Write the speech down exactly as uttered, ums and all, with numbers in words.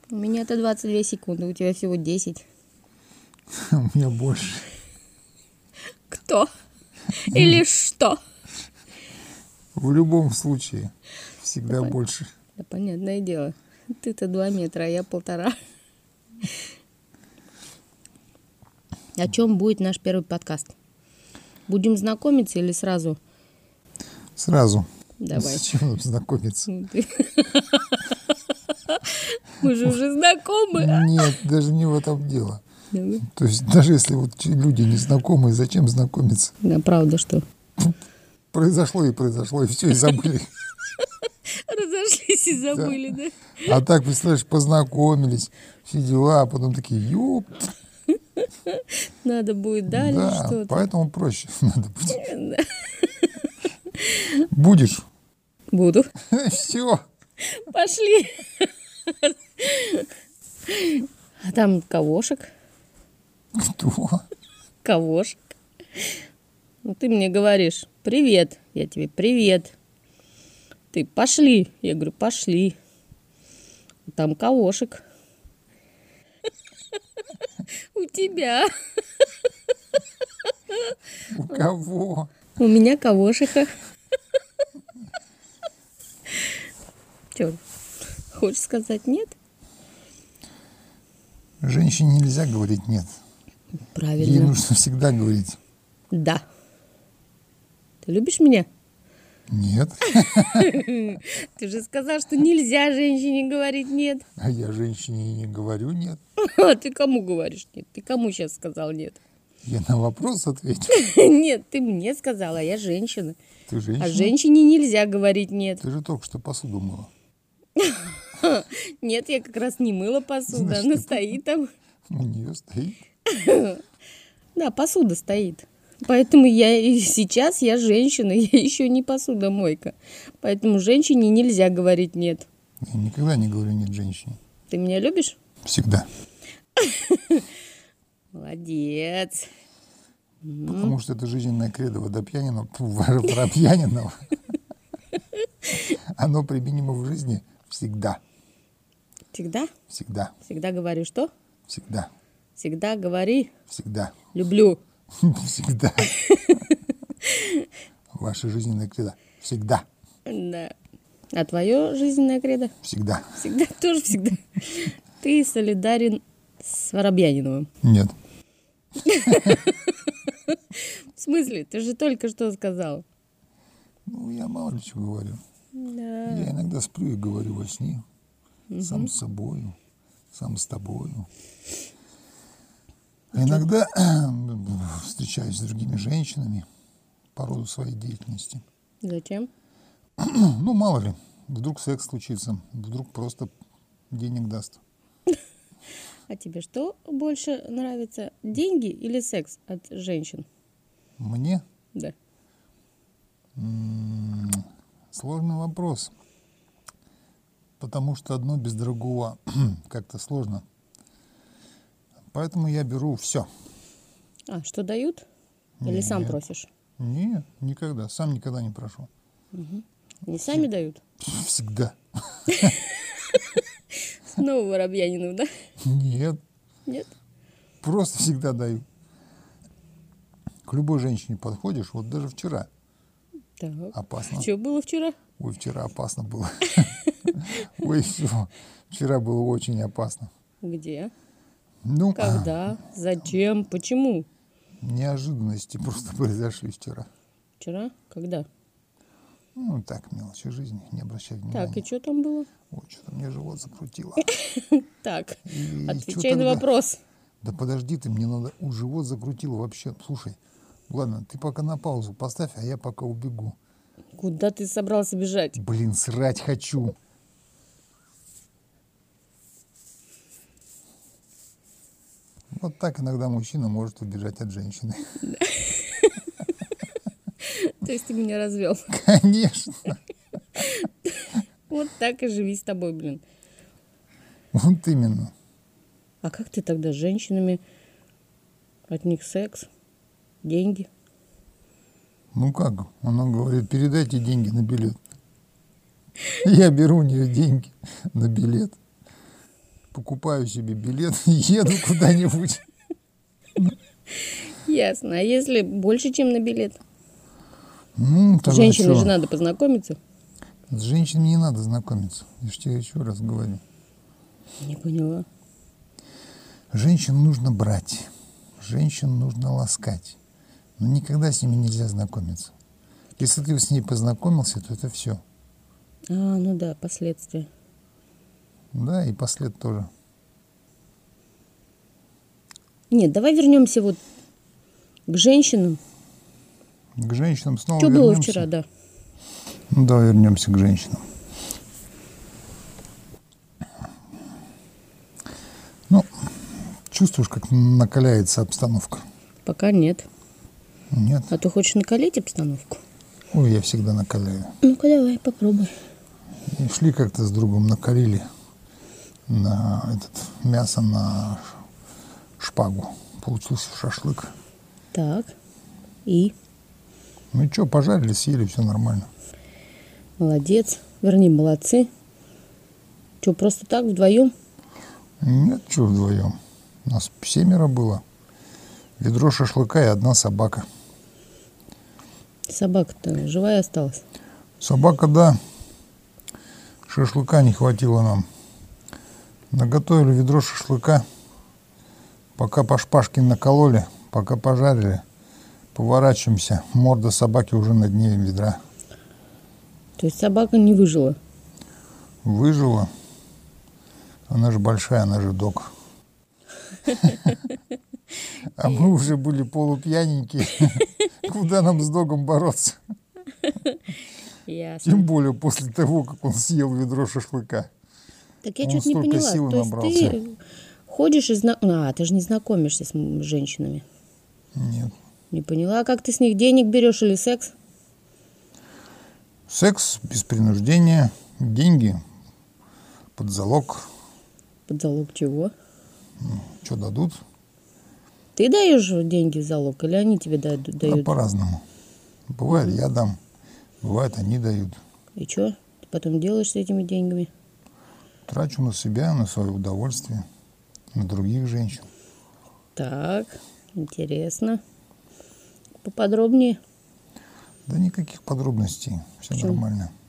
У меня-то двадцать две секунды, у тебя всего десять. У меня больше. Кто? Или что? В любом случае, всегда Да, больше. Да, понятное дело. Ты-то два метра, а я полтора. О чем будет наш первый подкаст? Будем знакомиться или сразу? Сразу. Давай. Зачем нам знакомиться? Мы же уже знакомы. Нет, даже не в этом дело. Давай. То есть даже если вот люди не знакомые, зачем знакомиться? Да, правда, что? Произошло и произошло, и все, и забыли. Разошлись и забыли, да? А так, представляешь, познакомились, все дела, а потом такие, ёп. Надо будет дальше Да, что-то. поэтому проще надо будет. Будешь? Буду. Все. Пошли. А там кавошек. Кто? Кавошек. Ну, ты мне говоришь, привет. Я тебе, привет. Ты, пошли. Я говорю, пошли. Там кавошек. У тебя. У кого? У меня кавошиха. Че, хочешь сказать нет? Женщине нельзя говорить нет. Правильно. Ей нужно всегда говорить да. Ты любишь меня? нет. Ты же сказал, что нельзя женщине говорить нет. А я женщине не говорю нет. А ты кому говоришь нет? Ты кому сейчас сказал нет? Я на вопрос ответил. Нет, ты мне сказала, а я женщина. Ты женщина? А женщине нельзя говорить нет. Ты же только что посуду мыла. Нет, я как раз не мыла посуду, Значит, она ты- стоит там. У нее стоит. Да, посуда стоит. Поэтому я и сейчас я женщина, я еще не посудомойка. Поэтому женщине нельзя говорить нет. Я никогда не говорю нет женщине. Ты меня любишь? Всегда. Молодец. Потому что это жизненное кредо Водопьянинова, фу, Воропьянинова. Оно применимо в жизни всегда. Всегда? Всегда. Всегда говорю что? Всегда. Всегда говори Всегда. люблю. Всегда. Ваше жизненное кредо. Всегда. Да. А твое жизненное кредо? Всегда. Всегда, тоже всегда. Ты солидарен с Воробьяниновым. Нет. В смысле? Ты же только что сказал. Ну, я мало ли что говорю. Да. Я иногда сплю и говорю во сне. Сам с собою, сам с тобою. А иногда встречаюсь с другими женщинами по роду своей деятельности. Зачем? Ну, мало ли, вдруг секс случится, вдруг просто денег даст. А тебе что больше нравится, деньги или секс от женщин? Мне Да. м, сложный вопрос, потому что одно без другого как-то сложно. Поэтому я беру все. А, что дают? Или сам Нет. просишь? Нет, никогда, сам никогда не прошу. Не сами дают? Всегда. Снова Воробьянинов, да? Нет, Нет? просто всегда даю. К любой женщине подходишь, вот даже вчера Так. опасно. Что было вчера? Ой, вчера опасно было. Ой, все. Вчера было очень опасно. Где? Ну, Когда? Зачем? Почему? неожиданности просто произошли вчера. Вчера? Когда? Ну, так, мелочи жизни, не обращай внимания. Так, и что там было? Ой, что-то мне живот закрутило. Так, И отвечай чё на тогда? вопрос. Да подожди ты, мне надо... У, живот закрутило вообще. Слушай, ладно, ты пока на паузу поставь, а я пока убегу. Куда ты собрался бежать? Блин, срать хочу. Вот так иногда мужчина может убежать от женщины. То есть ты меня развел. Конечно. Вот так и живи с тобой, блин. Вот именно. А как ты тогда с женщинами? От них секс, деньги? Ну как? Она говорит, передайте деньги на билет. Я беру у нее деньги на билет. покупаю себе билет и еду куда-нибудь. Ясно. А если больше, чем на билет? Ну, С тогда женщиной чё? же надо познакомиться. С женщинами не надо знакомиться. Я же тебе еще раз говорю. Не поняла. Женщин нужно брать. Женщин нужно ласкать. Но никогда с ними нельзя знакомиться. Если ты с ней познакомился, то это все. А, ну да, последствия. Да, и послед тоже. Нет, давай вернемся вот к женщинам. К женщинам снова Что было вернемся. вчера, да. Ну, давай вернемся к женщинам. Ну, чувствуешь, как накаляется обстановка? Пока нет. Нет? А ты хочешь накалить обстановку? Ой, я всегда накаляю. Ну-ка давай, попробуй. И шли как-то с другом, накалили на этот мясо на шпагу. Получился шашлык. Так. И? Ну и что, пожарили, съели, все нормально. Молодец. Вернее, молодцы. Что, просто так вдвоем? Нет, что вдвоем. У нас семеро было. Ведро шашлыка и одна собака. Собака-то живая осталась? Собака, да. Шашлыка не хватило нам. Наготовили ведро шашлыка. Пока по шпажке накололи, пока пожарили, поворачиваемся. Морда собаки уже на дне ведра. То есть собака не выжила? Выжила. Она же большая, она же дог. А мы уже были полупьяненькие. Куда нам с догом бороться? Ясно. Тем более после того, как он съел ведро шашлыка. Так я Он что-то не столько поняла. сил То есть набрался. ты ходишь и зна... А, ты же не знакомишься с м- женщинами. Нет. Не поняла, а как ты с них денег берешь или секс? Секс без принуждения, деньги под залог. Под залог чего? Что дадут? Ты даешь деньги в залог или они тебе дают? Да, дают? по-разному. Бывает, я дам. Бывает, они дают. И что? Ты потом делаешь с этими деньгами? Трачу на себя, на свое удовольствие, на других женщин. Так, интересно. Поподробнее. Да никаких подробностей. Все Почему? нормально.